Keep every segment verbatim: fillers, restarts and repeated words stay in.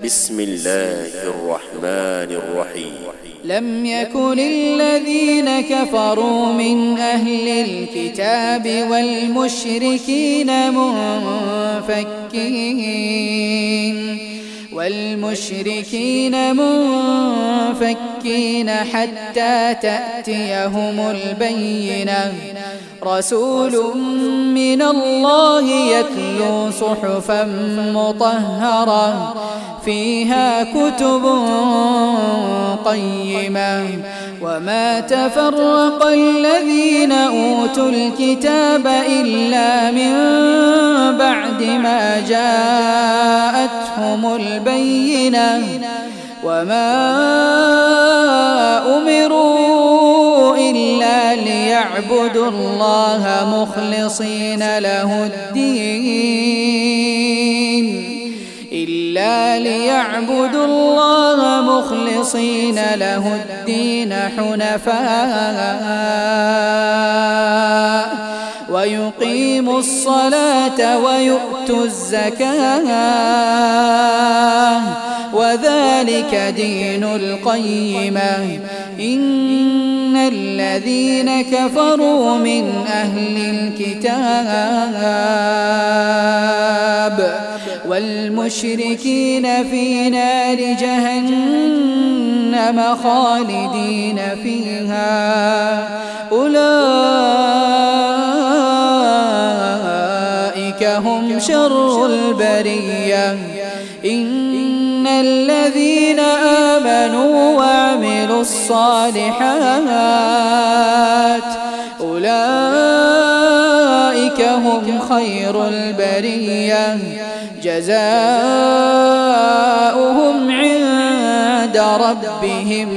بسم الله الرحمن الرحيم. لم يكن الذين كفروا من أهل الكتاب والمشركين منفكين والمشركين منفكين حتى تأتيهم البينة. رسول من الله يتلو صحفا مطهرة فيها كتب قيمة. وما تفرق الذين أوتوا الكتاب إلا من بعد ما جاءتهم البينة. وما أمروا إلا ليعبدوا الله مخلصين له الدين إلا ليعبدوا الله مخلصين له الدين حنفاء ويقيموا الصلاة ويؤتوا الزكاة وذلك دين القيمة. إن الذين كفروا من أهل الكتاب والمشركين في نار جهنم خالدين فيها أولئك هم شر البرية. إن الذين آمنوا وعملوا الصالحات أولئك هم خير البرية. جزاؤهم عند ربهم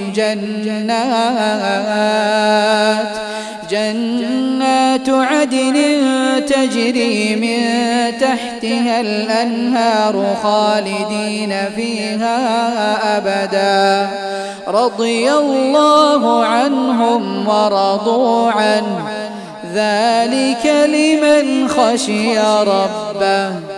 جنات جنات عدن تجري من تحتها الأنهار خالدين فيها أبدا. رضي الله عنهم ورضوا عنه ذلك لمن خشي ربه.